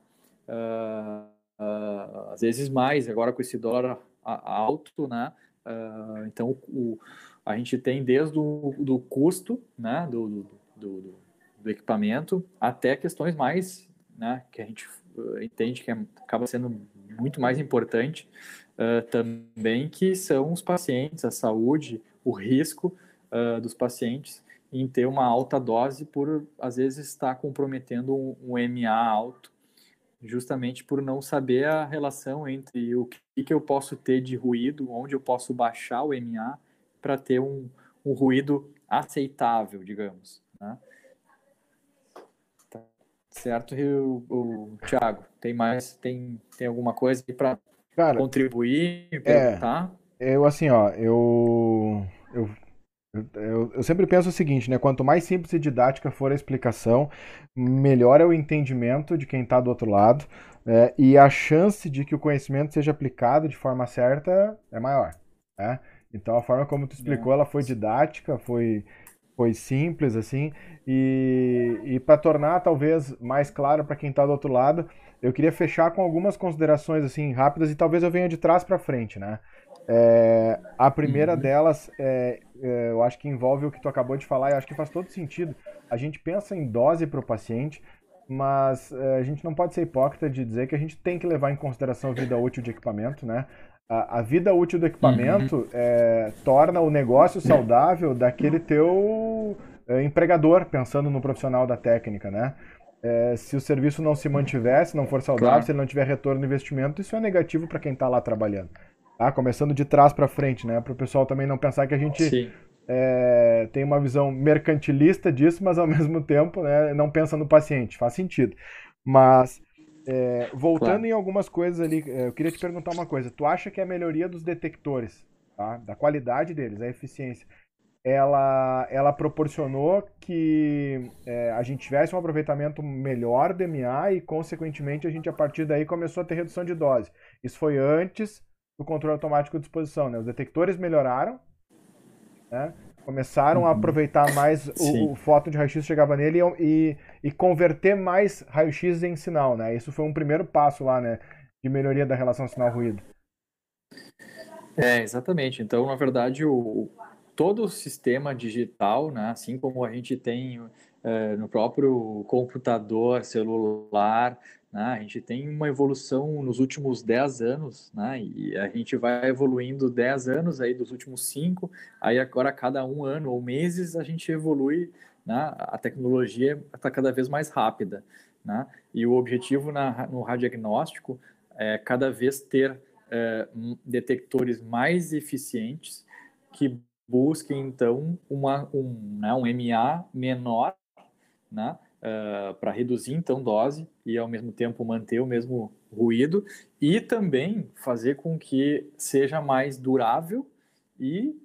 Às vezes mais, agora com esse dólar alto, né? Então, a gente tem desde o do custo, né, do equipamento, até questões mais, né, que a gente entende que acaba sendo muito mais importante também, que são os pacientes, a saúde, o risco dos pacientes. em ter uma alta dose por, às vezes, estar comprometendo um MA alto, justamente por não saber a relação entre o que eu posso ter de ruído, onde eu posso baixar o MA para ter um ruído aceitável, digamos, né? Tá certo, Thiago? Tem alguma coisa aí para Cara, contribuir, me é, perguntar? eu assim, ó, eu sempre penso o seguinte, né? Quanto mais simples e didática for a explicação, melhor é o entendimento de quem está do outro lado, e a chance de que o conhecimento seja aplicado de forma certa é maior, né? Então a forma como tu É. explicou, ela foi didática, foi simples assim, e para tornar talvez mais claro para quem está do outro lado, eu queria fechar com algumas considerações assim rápidas e talvez eu venha de trás para frente, né? A primeira Uhum. delas eu acho que envolve o que tu acabou de falar e eu acho que faz todo sentido. A gente pensa em dose para o paciente, mas a gente não pode ser hipócrita de dizer que a gente tem que levar em consideração a vida útil de equipamento, né? A vida útil do Uhum. equipamento torna o negócio saudável daquele teu empregador, pensando no profissional da técnica, né? Se o serviço não se mantiver, se não for saudável, se Claro. ele não tiver retorno no investimento, isso é negativo para quem está lá trabalhando. Tá? Começando de trás para frente, né? Para o pessoal também não pensar que a gente Sim. tem uma visão mercantilista disso, mas ao mesmo tempo, né, não pensa no paciente. Faz sentido. Mas voltando Claro. em algumas coisas ali, eu queria te perguntar uma coisa. Tu acha que a melhoria dos detectores, tá? Da qualidade deles, a eficiência, ela proporcionou que a gente tivesse um aproveitamento melhor do MA e, consequentemente, a gente, a partir daí, começou a ter redução de dose. Isso foi antes do controle automático de disposição, né? Os detectores melhoraram, né? Começaram a Uhum. aproveitar mais o Sim. fóton de raio-x que chegava nele e converter mais raio-x em sinal, né? Isso foi um primeiro passo lá, né? De melhoria da relação sinal-ruído. Exatamente. Então, na verdade, todo o sistema digital, né, assim como a gente tem no próprio computador, celular, né, a gente tem uma evolução nos últimos 10 anos, né, e a gente vai evoluindo 10 anos aí dos últimos 5, aí agora a cada um ano ou meses a gente evolui, né, a tecnologia está cada vez mais rápida, né, e o objetivo no radiodiagnóstico é cada vez ter detectores mais eficientes que busquem, então, um MA menor, né, para reduzir, então, dose e, ao mesmo tempo, manter o mesmo ruído e também fazer com que seja mais durável e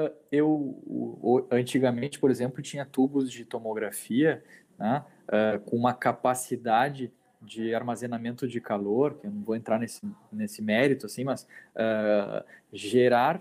antigamente, por exemplo, tinha tubos de tomografia, né, com uma capacidade de armazenamento de calor, que eu não vou entrar nesse mérito, assim, mas gerar,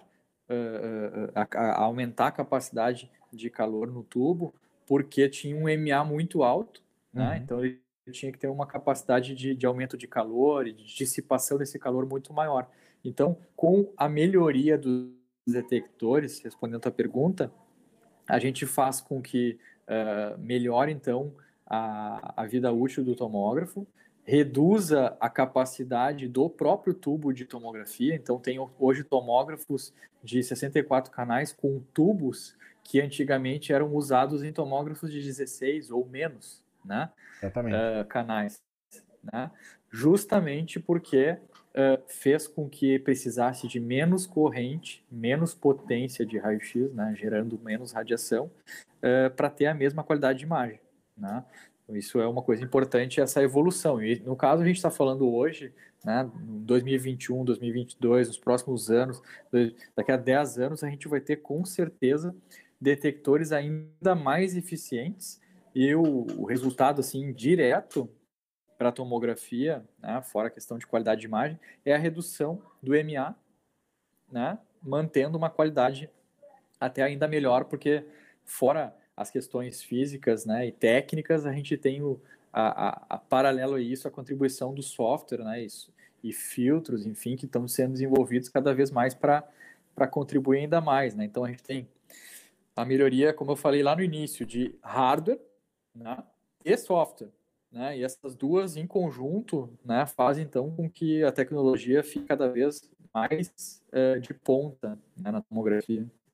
aumentar a capacidade de calor no tubo, porque tinha um MA muito alto, né? Uhum. Então ele tinha que ter uma capacidade de aumento de calor e de dissipação desse calor muito maior. Então, com a melhoria dos detectores, respondendo a tua pergunta, a gente faz com que melhore, então, a vida útil do tomógrafo, reduza a capacidade do próprio tubo de tomografia. Então, tem hoje tomógrafos de 64 canais com tubos que antigamente eram usados em tomógrafos de 16 ou menos, né? Exatamente. Canais, né? Justamente porque fez com que precisasse de menos corrente, menos potência de raio-x, né? Gerando menos radiação, para ter a mesma qualidade de imagem, né? Então, isso é uma coisa importante, essa evolução. E no caso, a gente está falando hoje, né, 2021, 2022, nos próximos anos, daqui a 10 anos, a gente vai ter com certeza detectores ainda mais eficientes e o resultado assim direto para a tomografia, né, fora a questão de qualidade de imagem, é a redução do MA, né, mantendo uma qualidade até ainda melhor, porque fora as questões físicas, né, e técnicas, a gente tem a paralelo a isso, a contribuição do software, né, isso, e filtros, enfim, que estão sendo desenvolvidos cada vez mais para contribuir ainda mais, né? Então a gente tem a melhoria, como eu falei lá no início, de hardware, né, e software, né? E essas duas em conjunto, né, fazem então com que a tecnologia fique cada vez mais de ponta, né, na tomografia.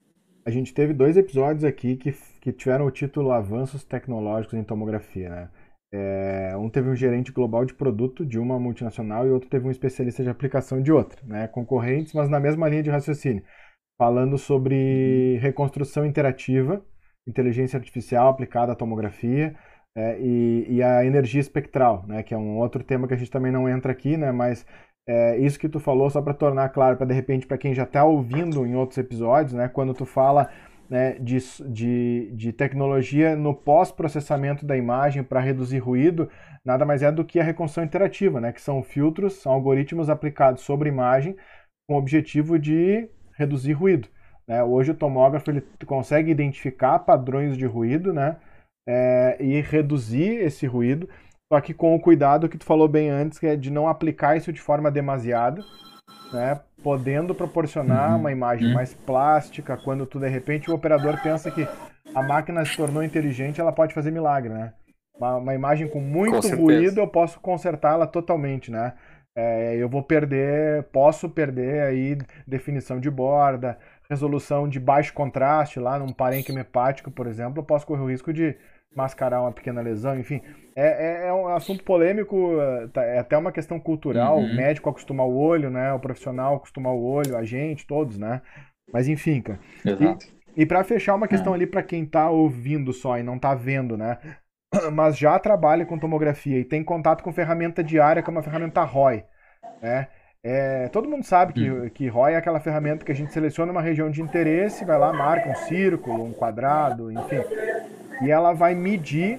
A gente teve 2 episódios aqui que tiveram o título Avanços Tecnológicos em Tomografia, né? Um teve um gerente global de produto de uma multinacional e outro teve um especialista de aplicação de outra, né? Concorrentes, mas na mesma linha de raciocínio, falando sobre reconstrução interativa, inteligência artificial aplicada à tomografia, e a energia espectral, né? Que é um outro tema que a gente também não entra aqui, né? Mas isso que tu falou, só para tornar claro, para de repente, para quem já está ouvindo em outros episódios, né? Quando tu fala, né, de tecnologia no pós-processamento da imagem para reduzir ruído, nada mais é do que a reconstrução interativa, né? Que são filtros, são algoritmos aplicados sobre a imagem com o objetivo de reduzir ruído, né? Hoje o tomógrafo ele consegue identificar padrões de ruído, né? E reduzir esse ruído, só que com o cuidado que tu falou bem antes, que é de não aplicar isso de forma demasiada, né? Podendo proporcionar uma imagem mais plástica, quando tu de repente o operador pensa que a máquina se tornou inteligente, ela pode fazer milagre, né? Uma imagem com Com muito ruído, certeza. eu posso consertá-la totalmente, né? Eu posso perder aí definição de borda, resolução de baixo contraste lá num parênquima hepático, por exemplo, eu posso correr o risco de mascarar uma pequena lesão, enfim. É um assunto polêmico, é até uma questão cultural, o Uhum. médico acostuma o olho, né? O profissional acostuma o olho, a gente, todos, né? Mas enfim, cara. E, Exato. e para fechar uma questão É. ali para quem tá ouvindo só e não tá vendo, né? Mas já trabalha com tomografia e tem contato com ferramenta diária, que é uma ferramenta ROI, né? Todo mundo sabe Uhum. que ROI é aquela ferramenta que a gente seleciona uma região de interesse, vai lá, marca um círculo, um quadrado, enfim, e ela vai medir,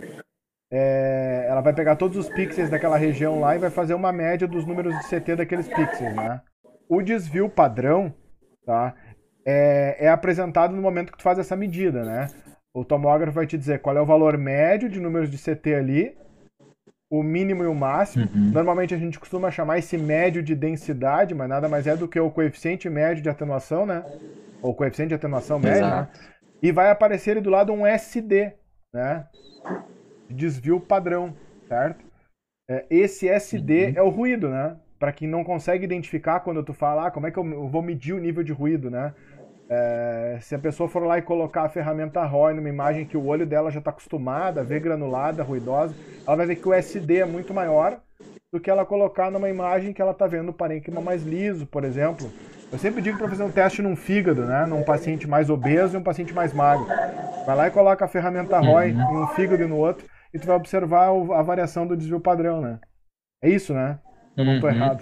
ela vai pegar todos os pixels daquela região lá e vai fazer uma média dos números de CT daqueles pixels, né? O desvio padrão, tá? É apresentado no momento que tu faz essa medida, né? O tomógrafo vai te dizer qual é o valor médio de números de CT ali, o mínimo e o máximo. Uhum. Normalmente a gente costuma chamar esse médio de densidade, mas nada mais é do que o coeficiente médio de atenuação, né? Ou coeficiente de atenuação médio, né? Exato. E vai aparecer ali do lado um SD, né? Desvio padrão, certo? Esse SD Uhum. é o ruído, né? Para quem não consegue identificar quando tu fala, como é que eu vou medir o nível de ruído, né? Se a pessoa for lá e colocar a ferramenta ROI numa imagem que o olho dela já está acostumada a ver granulada, ruidosa, ela vai ver que o SD é muito maior do que ela colocar numa imagem que ela está vendo o parênquima mais liso, por exemplo. Eu sempre digo para fazer um teste num fígado, né? Num paciente mais obeso e um paciente mais magro. Vai lá e coloca a ferramenta ROI em um Uhum. fígado e no outro, e tu vai observar a variação do desvio padrão, né? É isso, né? Eu não estou Uhum. errado.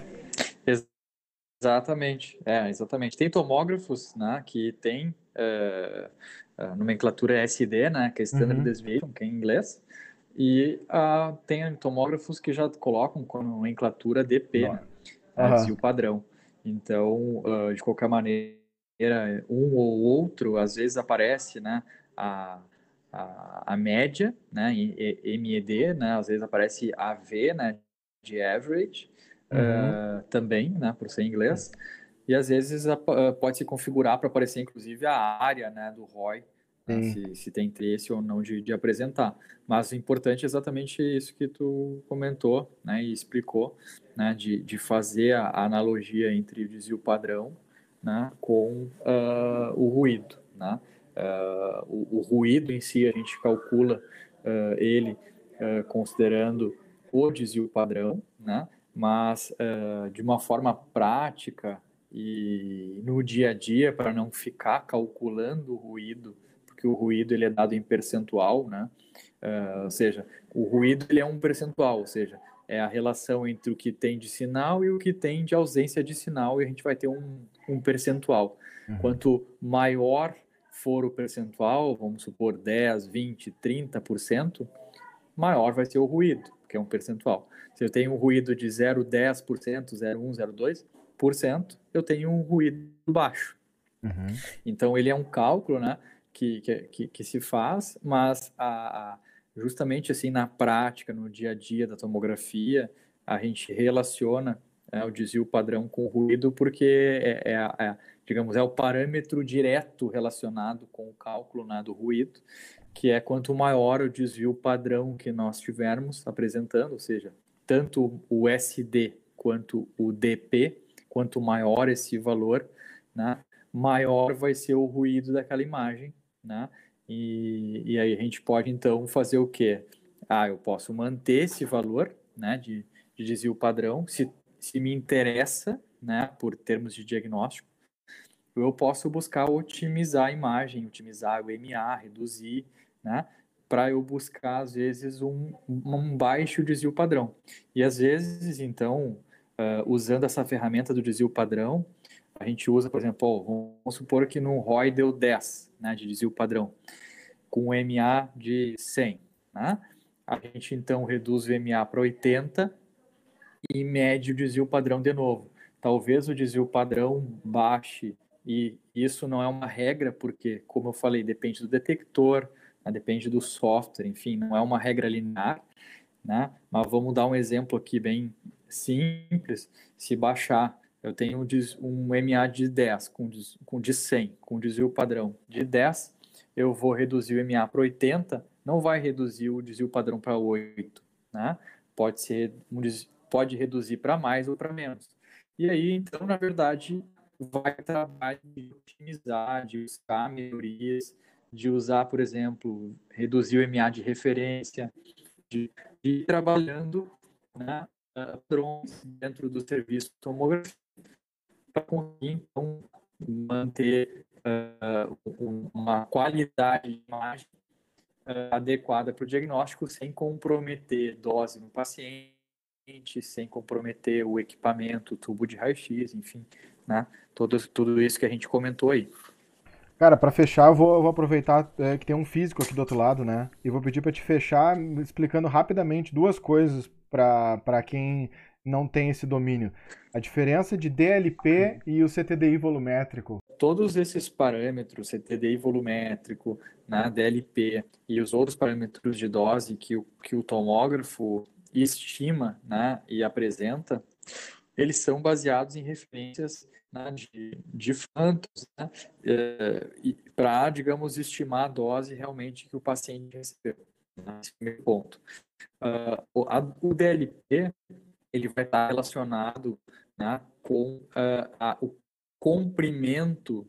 Exatamente, exatamente. Tem tomógrafos, né, que tem a nomenclatura SD, né, que é Standard Uhum. Deviation, que é em inglês, e tem tomógrafos que já colocam com nomenclatura DP, No- né, Aham. desvio padrão. Então, de qualquer maneira, um ou outro, às vezes aparece, né, a, a média, né, MED, né, às vezes aparece AV, né, de average, Uhum. também, né, por ser em inglês, e às vezes pode se configurar para aparecer inclusive a área, né, do ROI, né, Sim. se tem interesse ou não de apresentar. Mas o importante é exatamente isso que tu comentou, né, e explicou, né, de fazer a analogia entre o desvio padrão, né, com o ruído, né. O ruído em si a gente calcula ele considerando o desvio padrão, né, mas de uma forma prática e no dia a dia, para não ficar calculando o ruído, porque o ruído ele é dado em percentual, né? Ou seja, o ruído ele é um percentual, ou seja, é a relação entre o que tem de sinal e o que tem de ausência de sinal, e a gente vai ter um percentual. Uhum. Quanto maior for o percentual, vamos supor 10, 20, 30%, maior vai ser o ruído, que é um percentual. Se eu tenho um ruído de 0,10%, 0,1%, 0,2%, eu tenho um ruído baixo. Uhum. Então, ele é um cálculo, né, que se faz, mas justamente assim na prática, no dia a dia da tomografia, a gente relaciona o desvio padrão com o ruído porque digamos, é o parâmetro direto relacionado com o cálculo, né, do ruído, que é quanto maior o desvio padrão que nós tivermos apresentando, ou seja, tanto o SD quanto o DP, quanto maior esse valor, né, maior vai ser o ruído daquela imagem, né? E aí a gente pode, então, fazer o quê? Eu posso manter esse valor, né, de desvio padrão, se me interessa, né, por termos de diagnóstico. Eu posso buscar otimizar a imagem, otimizar o MA, reduzir, né, para eu buscar, às vezes, um baixo desvio padrão. E, às vezes, então, usando essa ferramenta do desvio padrão, a gente usa, por exemplo, vamos supor que no ROI deu 10, né, de desvio padrão, com um MA de 100, né? A gente, então, reduz o MA para 80 e mede o desvio padrão de novo. Talvez o desvio padrão baixe, e isso não é uma regra, porque, como eu falei, depende do detector, né, depende do software, enfim, não é uma regra linear, né? Mas vamos dar um exemplo aqui bem simples. Se baixar, eu tenho um MA de 10 com de 100, com desvio padrão de 10, eu vou reduzir o MA para 80, não vai reduzir o desvio padrão para 8, né? Pode ser pode reduzir para mais ou para menos. E aí, então, na verdade, vai trabalhar de otimizar, de buscar melhorias, de usar, por exemplo, reduzir o MA de referência, de ir trabalhando, né, padrões dentro do serviço de tomografia para conseguir, então, manter uma qualidade de imagem adequada para o diagnóstico sem comprometer dose no paciente, sem comprometer o equipamento, o tubo de raio-x, enfim, né? Tudo isso que a gente comentou aí. Cara, para fechar, eu vou aproveitar que tem um físico aqui do outro lado, né? E vou pedir para te fechar explicando rapidamente duas coisas para quem não tem esse domínio. A diferença de DLP e o CTDI volumétrico. Todos esses parâmetros, CTDI volumétrico, né, DLP e os outros parâmetros de dose que o tomógrafo estima, né, e apresenta, eles são baseados em referências, né, de Phantoms, né, para, digamos, estimar a dose realmente que o paciente recebeu. Né, esse é o primeiro ponto. O DLP ele vai estar relacionado, né, com o comprimento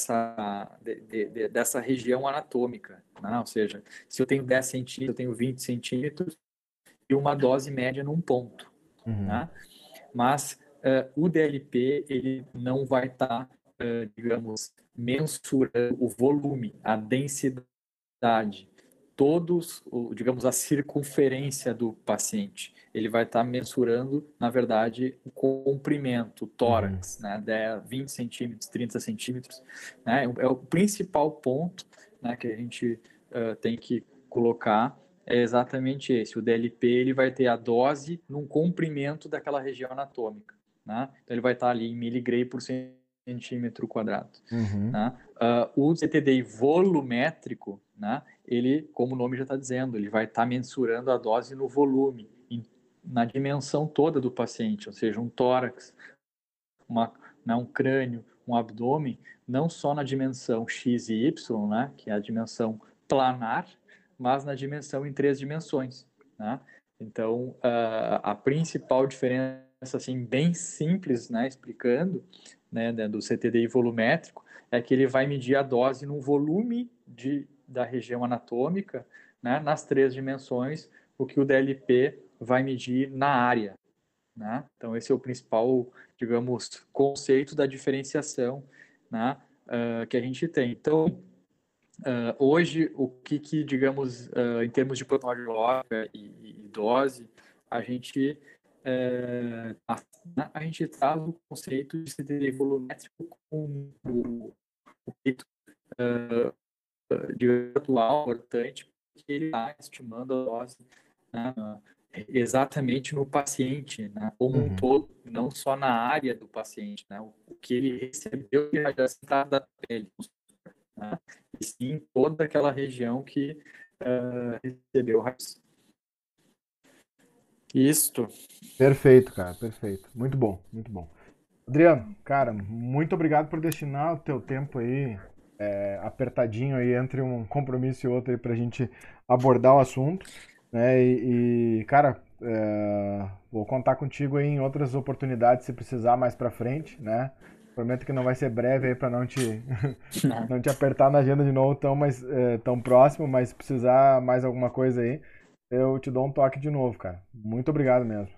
dessa região anatômica. Né? Ou seja, se eu tenho 10 centímetros, eu tenho 20 centímetros e uma dose média num ponto. Uhum. Né? Mas o DLP ele não vai estar, digamos, mensurando o volume, a densidade, digamos, a circunferência do paciente. Ele vai estar mensurando, na verdade, o comprimento, o tórax, né, 20 centímetros, 30 centímetros. Né, é o principal ponto, né, que a gente tem que colocar, é exatamente esse. O DLP ele vai ter a dose num comprimento daquela região anatômica. Né? Então, ele vai estar ali em miligray por centímetro quadrado. Uhum. Né? O CTDI volumétrico, né, ele, como o nome já está dizendo, ele vai estar mensurando a dose no volume, na dimensão toda do paciente, ou seja, um tórax, um crânio, um abdômen, não só na dimensão X e Y, né, que é a dimensão planar, mas na dimensão em 3 dimensões. Né? Então, a principal diferença, assim, bem simples, né, explicando, né, do CTDI volumétrico, é que ele vai medir a dose no volume da região anatômica, né, nas 3 dimensões, o que o DLP vai medir na área. Né? Então, esse é o principal, digamos, conceito da diferenciação, né, que a gente tem. Então, hoje, o que digamos, em termos de produção radiológica e dose, a gente, a gente traz o conceito de CTD volumétrico com o conceito de atual importante, porque ele está estimando a dose, né, exatamente no paciente, né, como um todo, não só na área do paciente, né, o que ele recebeu de radiação da pele, né, e sim toda aquela região que recebeu raios. Isto. Perfeito, cara, perfeito. Muito bom, muito bom. Adriano, cara, muito obrigado por destinar o teu tempo aí, apertadinho aí entre um compromisso e outro aí pra gente abordar o assunto, né? Cara, vou contar contigo aí em outras oportunidades se precisar mais pra frente, né? Prometo que não vai ser breve aí para não te, não te apertar na agenda de novo tão próximo, mas se precisar mais alguma coisa aí, eu te dou um toque de novo, cara. Muito obrigado mesmo.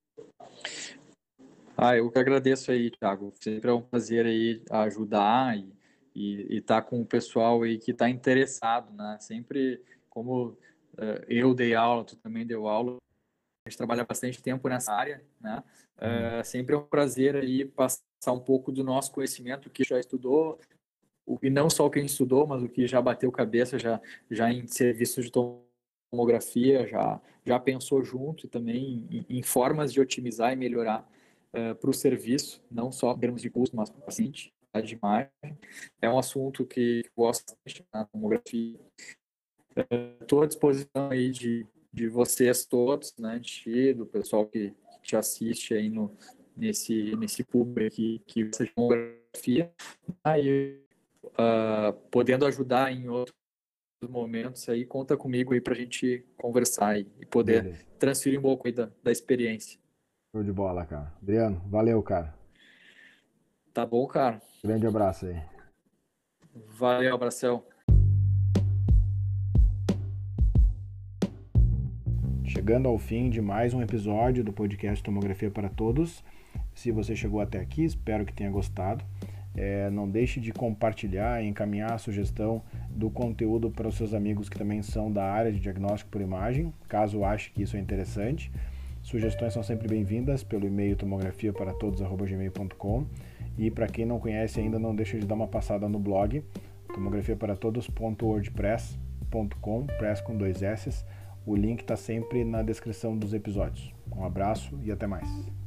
Eu que agradeço aí, Thiago. Sempre é um prazer aí ajudar e estar com o pessoal aí que está interessado, né? Sempre, como eu dei aula, tu também deu aula, a gente trabalha bastante tempo nessa área, né? Sempre é um prazer aí passar um pouco do nosso conhecimento que já estudou, e não só o que a gente estudou, mas o que já bateu cabeça já em serviços de tomografia, já pensou junto e também em formas de otimizar e melhorar para o serviço, não só em termos de custo, mas para o paciente, de imagem. É um assunto que eu gosto bastante na tomografia. Estou à disposição aí de vocês todos, né, do pessoal que te assiste aí nesse público aqui, que você tomografia, aí podendo ajudar em outros momentos aí, conta comigo aí para a gente conversar e poder Beleza. transferir um pouco aí da experiência. Show de bola, cara. Adriano, valeu, cara. Tá bom, cara? Grande abraço aí. Valeu, abração. Chegando ao fim de mais um episódio do podcast Tomografia para Todos. Se você chegou até aqui, espero que tenha gostado. Não deixe de compartilhar e encaminhar a sugestão do conteúdo para os seus amigos que também são da área de diagnóstico por imagem, caso ache que isso é interessante. Sugestões são sempre bem-vindas pelo e-mail tomografiaparatodos@gmail.com, e para quem não conhece ainda, não deixe de dar uma passada no blog tomografiaparatodos.wordpress.com, press com 2 S. O link está sempre na descrição dos episódios. Um abraço e até mais.